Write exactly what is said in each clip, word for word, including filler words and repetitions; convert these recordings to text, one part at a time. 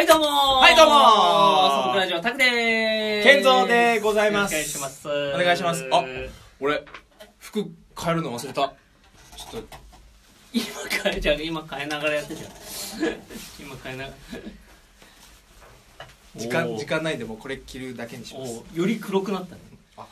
はいどうもー。 はいどうもー。 素朴ラジオタクでーす。 健三でございます。 お願いします。 お願いします。あ、俺服変えるの忘れた。ちょっと今変えじゃあ今変えながらやってじゃん。今変えながら。 時間時間ないでもこれ着るだけにします。 より黒くなったね。 あ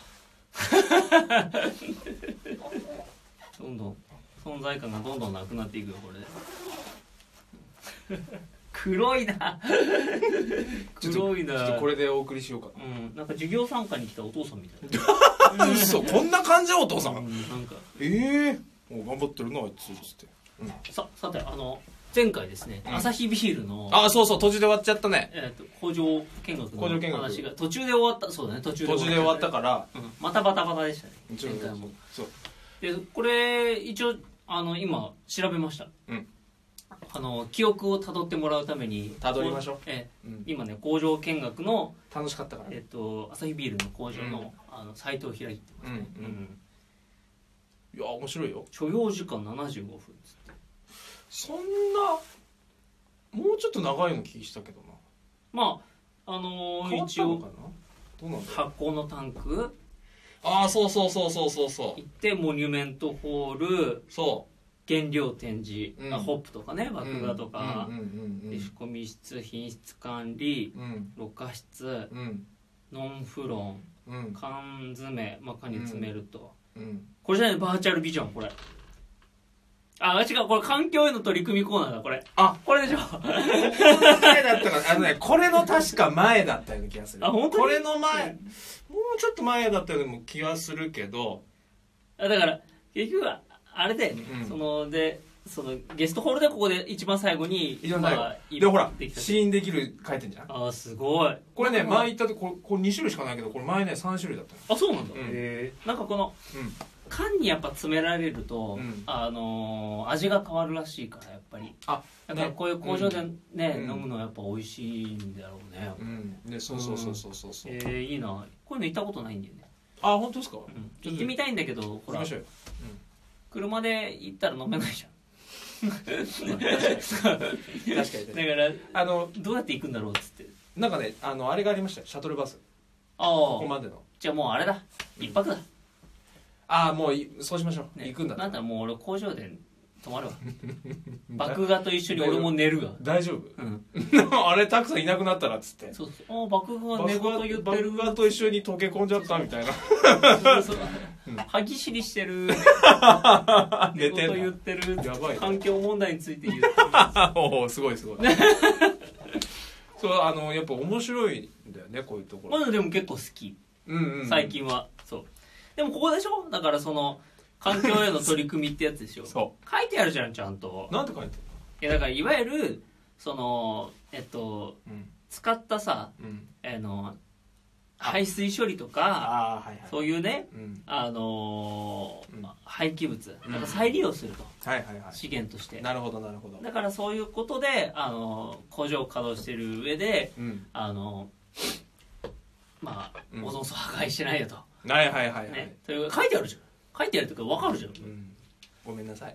どんどん存在感がどんどんなくなっていくよこれで。黒いな。黒いな。 ちょっとこれでお送りしようかな。うん、なんか授業参加に来たお父さんみたいな。嘘、こんな感じお父さん。うん、 なんかええー、もう頑張ってるなあいつつって。 うん、ささてあの前回ですね、うん、アサヒビールのあそうそう途中で終わっちゃったね。 えっ、ー、と工場見学の話が途中で終わった。そうだね途中で終わった、ね、 途中で終わったから、 うん、またバタバタでしたね前回も。そうでこれ一応あの今調べました。うん。あの記憶をたどってもらうためにたどりましょう。 えーうん、今ね工場見学の楽しかったから、 えっ、ー、とアサヒビールの工場の、うん、あのサイトを開いてますね。うん、うん、 いや面白いよ。 所要時間ななじゅうごふんつって。 そんなもうちょっと長いの気したけどな。 まああのー、一応どうなんだ発酵のタンク。 ああそうそうそうそうそうそう。 行ってモニュメントホール。 そう。 原料展示、うん、ホップとかね麦芽とか、仕込み室品質管理、うん、ろ過室、うん、ノンフロン、うん、缶詰、まあ、缶に詰めると、うんうん、これじゃないバーチャルビジョンこれ。あ違うこれ環境への取り組みコーナーだこれ。あこれでしょ。 前だったかあのねこれの確か前だったような気がする。 あ本当にこれの前もうちょっと前だったような気がするけど。 あだから結局はあれだよね、うん、そのでそのゲストホールでここで一番最後に一番最後、まあ、でほら試飲できる書いてんじゃん。 あすごい。 これね前言ったとこれこれに種類しかないけどこれ前ねさん種類だったの。あそうなんだ。へえ、うん、なんかこの、うん、缶にやっぱ詰められると、うん、あのー、味が変わるらしいからやっぱり。あだからこういう工場でね、うん、飲むのはやっぱ美味しいんだろうね。 うん、ねそうそうそうそうそうそう。 えー、いいな。こういうの行ったことないんだよね。 あ本当ですか。うん、 行ってみたいんだけどほら。行きましょうよ。うん車で行ったら飲めないじゃん。確かに。だからあのどうやって行くんだろうっつって。 なんかねあのあれがありましたよシャトルバス。 ああ。 ここまでの。 じゃあもうあれだ一泊だ。 ああもうそうしましょう。ね、行くんだ。 なんだもう俺工場で泊まるわ。麦芽と一緒に俺も寝るわ。 大丈夫？うん。あれたくさんいなくなったらっつって。 そうそう。あ麦芽が寝言言ってる。 麦芽と一緒に溶け込んじゃったみたいな。 そうそう。歯ぎしりしてる。 寝てる。言ってる。 やばい。 環境問題について言ってる。 おおすごいすごい。そうあのやっぱ面白いんだよねこういうところ。 まだでも結構好き。うんうん。最近はそう。でもここでしょ。だからその。環境への取り組みってやつでしょ。そう書いてあるじゃんちゃんと。 なんて書いてある？ いやだからいわゆるそのえっと、うん、使ったさ、うん、あの排水処理とか、はいはい、そういうね、うん、あのーうん、廃棄物なんか再利用すると、うん、はいはいはい、資源として。 なるほどなるほど。 だからそういうことであの工場を稼働してる上で、うん、あのまあ、うん、オゾン層破壊してないよと。 はいはいはいはい。 ね、という書いてあるじゃん。書いてあるとか分かるじゃん、うん、 ごめんなさい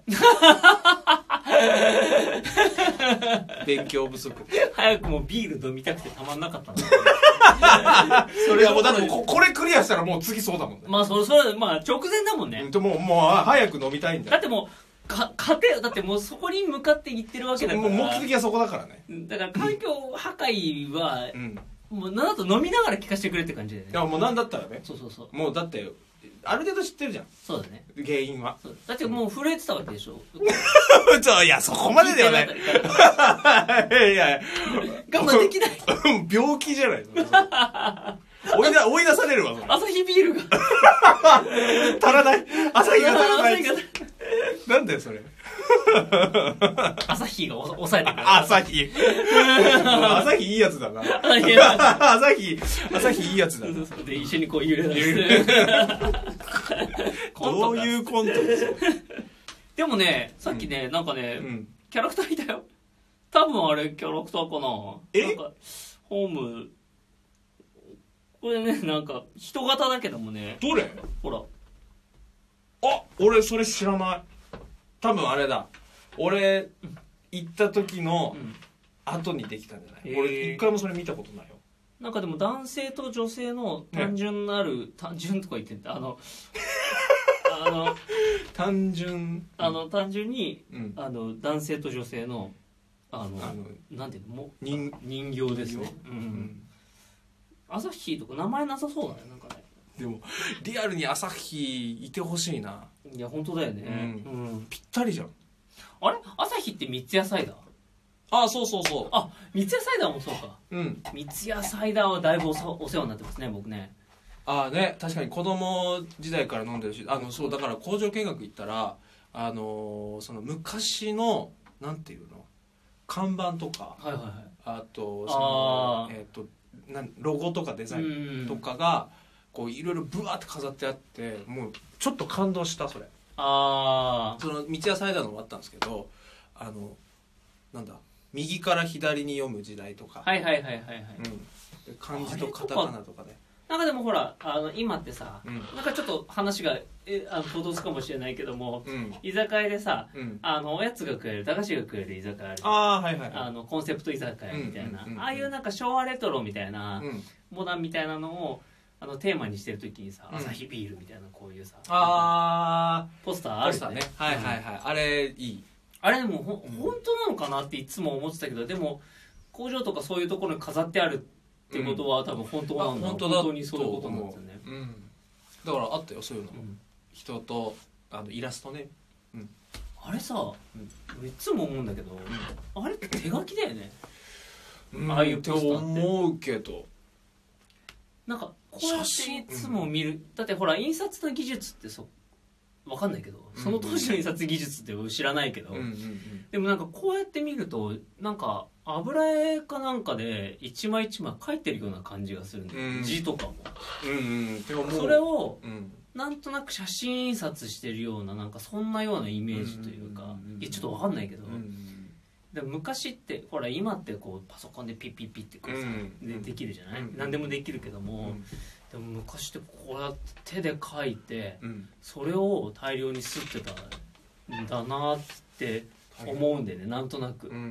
勉強不足早くもうビール飲みたくてたまんなかったんだそれはもうだってここれクリアしたらもう次そうだもんね。 まあそれそれまあ直前だもんね。 もうもう早く飲みたいんだよ。 だってもうか家庭だってもうそこに向かって行ってるわけだから。 もう目的はそこだからね。 だから環境破壊は、うん、もうなんだと飲みながら聞かせてくれって感じだよね。 いやもうなんだったらね。 そうそうそう。もうだってある程度知ってるじゃん。 そうだね。 原因は。 だってもう震えてたわけでしょ。 いやそこまでではない。いや我慢できない。 病気じゃない。追い出追い出されるわ。 アサヒビールが足らない。アサヒが足らない。なんだよそれ。 アサヒが抑えてくる。 アサヒ。アサヒいいやつだな。アサヒアサヒいいやつだな。 で一緒にこう揺れ出す。 どういうコントですか。 でもねさっきね、うん、なんかね、うん、キャラクターいたよ。多分あれキャラクターかな。 え？ なんかホームこれねなんか人型だけどもね。 どれ？ ほら。 あ俺それ知らない。多分あれだ俺行った時の、 後にできたんじゃない、 えー、 俺一回もそれ見たことないよ。 なんかでも男性と女性の単純なる、ね、単純とか言っててあのあの単純あの単純に、 うん、 あの男性と女性のあのあのなんていうのも人人形ですね、うんうん、朝日とか名前なさそうだねなんかね。 でもリアルに朝日いてほしいな。 いや本当だよね、うんうん、ぴったりじゃん。 あれ朝日って三ツ矢サイダー。 あ、そうそうそう。 あ、三ツ矢サイダーもそうか。 うん。 三ツ矢サイダーはだいぶお世話になってますね、僕ね。 ああね、確かに子供時代から飲んでるし、あのそうだから工場見学行ったら、あのー、その昔のなんていうの看板とか、 はいはいはい、 あとそのえっ、ー、となんロゴとかデザインとかがこういろいろブワーって飾ってあって、もうちょっと感動したそれ。 ああ。 その三ツ矢サイダーのもあったんですけど、あのなんだ。右から左に読む時代とか、 はいはいはいはいはい、 うん、漢字とカタカナとかで、 なんかでもほらあの今ってさ、 うん、 なんかちょっと話がえあの戻すかもしれないけども、 うん、 居酒屋でさ、 うん、 あのおやつが食える駄菓子が食える居酒屋ある、 あ、はいはいはい、 あのコンセプト居酒屋みたいな、 うんうんうんうん、 ああいうなんか昭和レトロみたいな、 うん、 モダンみたいなのをあのテーマにしてる時にさ、 うん、 アサヒビールみたいなこういうさ、 あポスターあるよね。 ポスターね、はいはいはい、うん、あれいい。 あれでもほ本当なのかなっていつも思ってたけど、でも工場とかそういうところに飾ってあるってことは、うん、多分本当なんだ。 本当だ、 本当にそういうことなんですよね、 うん、だからあったよそういうの、うん、人とあのイラストね、うん、 あれさ、うん、いつも思うんだけど、うん、あれって手書きだよね、 うん、ああいうポスターって思うけど、 なんかこうやっていつも見る、うん、だってほら印刷の技術ってそわかんないけど、その当時の印刷技術って知らないけど、うんうんうん、でもなんかこうやって見るとなんか油絵かなんかで一枚一枚描いてるような感じがするんだよ、うん、字とかも、うんうん、それをなんとなく写真印刷してるようななんかそんなようなイメージというか、うんうんうんうん、いやちょっとわかんないけど、うんうん、でも昔ってほら今ってこうパソコンでピッピッピッってこうさ、うんうん、で, できるじゃない、うんうん、何でもできるけども、うん、でも昔ってこうやって手で描いて、うん、それを大量に刷ってたんだなって思うんでね、なんとなく、うんうんうん、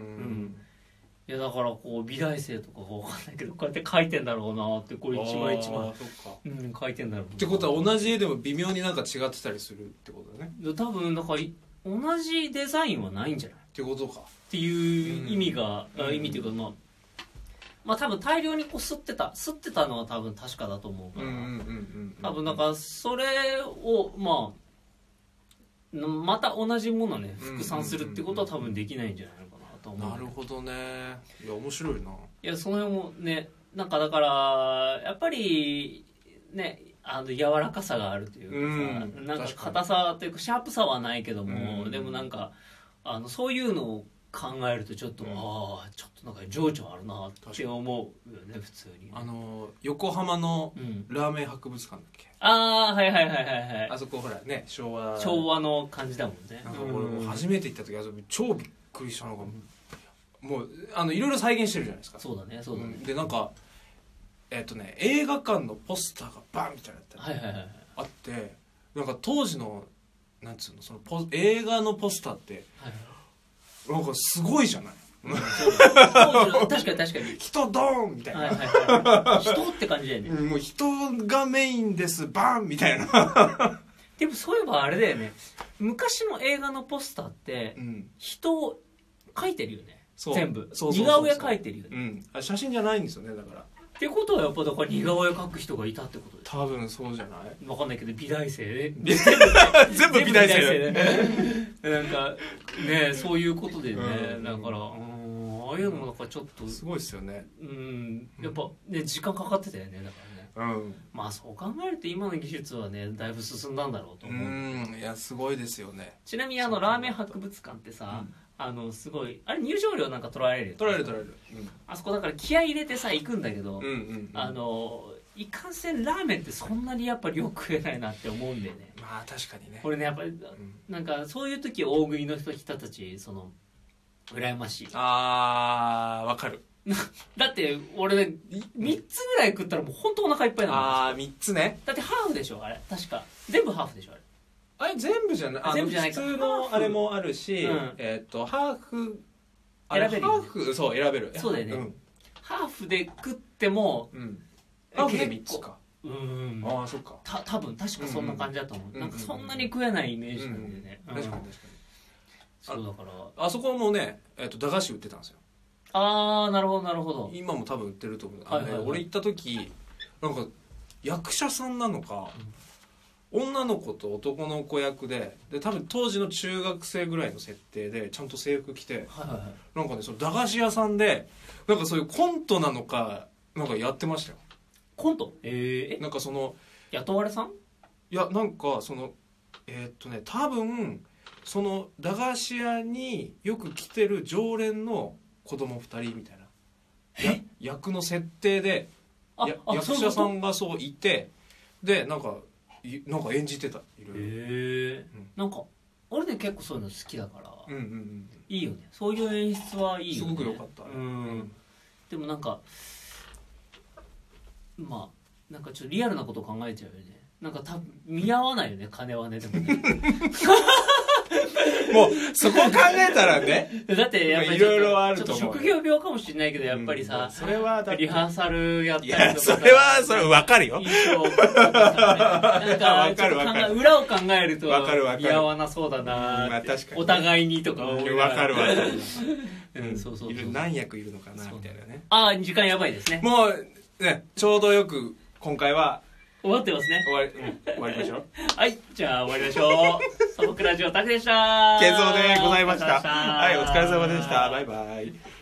いやだからこう美大生とかが分かんないけどこうやって描いてんだろうなって、こう一枚一枚、うん、描いてんだろうなってことは同じ絵でも微妙になんか違ってたりするってことだね。 多分だから同じデザインはないんじゃないってことかっていう意味が、うん、意味っていうかまあまあ多分大量にこう吸ってた吸ってたのは多分確かだと思うから、多分なんかそれをまあまた同じものね副産するってことは多分できないんじゃないのかなと思う。 なるほどね。いや面白いな。 いやその辺もねなんかだからやっぱりねあの柔らかさがあるというかさ、うん、なんか硬さというかシャープさはないけども、うん、でもなんかあのそういうのを考えるとちょっと、うん、ああちょっとなんか情緒あるなって思うよね普通に。 あの横浜のラーメン博物館だっけ、 うん、ああはいはいはいはいはいあそこほらね昭和昭和の感じだもんね。 なんか俺も初めて行った時あそこ超びっくりしたのが、うん、もうあのいろいろ再現してるじゃないですか。 そうだねそうだね、 うん、でなんかえっ、ー、とね映画館のポスターがバンみたいなの、 はいはいはいはい、あってなんか当時のなんつうのそのポ映画のポスターって、はいはい、なんかすごいじゃない、うん、 そう確かに確かに人ドーンみたいな、はいはいはい、人って感じだよね、 うん、もう人がメインですバンみたいなでもそういえばあれだよね昔の映画のポスターって、うん、人を描いてるよね全部似顔絵描いてるよね、 うん、あ写真じゃないんですよねだからってことはやっぱだから似顔絵描く人がいたってことです多分そうじゃない分かんないけど美大生で全部美大生でなんかねそういうことでね、うん、だからうんああいうのもなんかちょっとすごいですよね。 うんやっぱね時間かかってたよねだからね、うん、まあそう考えると今の技術はねだいぶ進んだんだろうと思う。 うんいやすごいですよね。 ちなみにあのラーメン博物館ってさ、うんあのすごいあれ入場料なんか取られるよ取られる取られる、 うん、あそこだから気合い入れてさ行くんだけど、うんうんうん、あのいかんせんラーメンってそんなにやっぱりよく食えないなって思うんだよね。 まあ確かにねこれねやっぱり、うん、なんかそういう時大食いの人たちその羨ましい。 あーわかるだって俺ねみっつぐらい食ったらもう本当お腹いっぱいなの。 あーみっつね。 だってハーフでしょあれ確か全部ハーフでしょあれあれ全部じゃないあの全部じゃない普通のあれもあるし、うん、えー、っとハーフ選べるよね。 ハーフそう選べる。 そうだよね、 うん、 ハーフで食っても、 うん、ハーフでみっつか。 うん、 ああそっか。 た多分確かそんな感じだと思う、 うんうん、 なんかそんなに食えないイメージなんでね、 うんうん、確かに確かに。 そうだからあそこもね、えっと、駄菓子売ってたんですよ。 ああなるほどなるほど。 今も多分売ってると思う、 はいはいはい、 俺行った時なんか役者さんなのか、うん、女の子と男の子役でで多分当時の中学生ぐらいの設定でちゃんと制服着て、はいはいはい、なんかねその駄菓子屋さんでなんかそういうコントなのかなんかやってましたよ。 コント？えー、 なんかその雇われさん？ いやなんかそのえー、っとね多分その駄菓子屋によく来てる常連の子供ふたりみたいなや役の設定でや役者さんがそういてでなんかなんか演じてたいろいろ。へえ、うん、なんか俺ね結構そういうの好きだから、 うんうんうん、 いいよねそういう演出はいいよね。 すごく良かった、ね、うん、 でもなんかまあなんかちょっとリアルなこと考えちゃうよね。なんか多分見合わないよね金はねでもねもうそこ考えたらねだってやっぱりいろいろあると思う。 ちょっと職業病かもしれないけどやっぱりさ、 うん、それはリハーサルやったりとかさ、 それはそれ分かるよ。 なんかちょっと考え裏を考えると見合わなそうだな、 まあ、確かにお互いにとか分かる分かるうん、そうそうそう何役いるのかなみたいなね。 ああ時間やばいですね。 もうねちょうどよく今回は終わってますね。 終わり、うん、終わりましょう。 はいじゃあ終わりましょう素朴ラジオタクでした。 健三でございました。はいお疲れ様でした。バイバイ。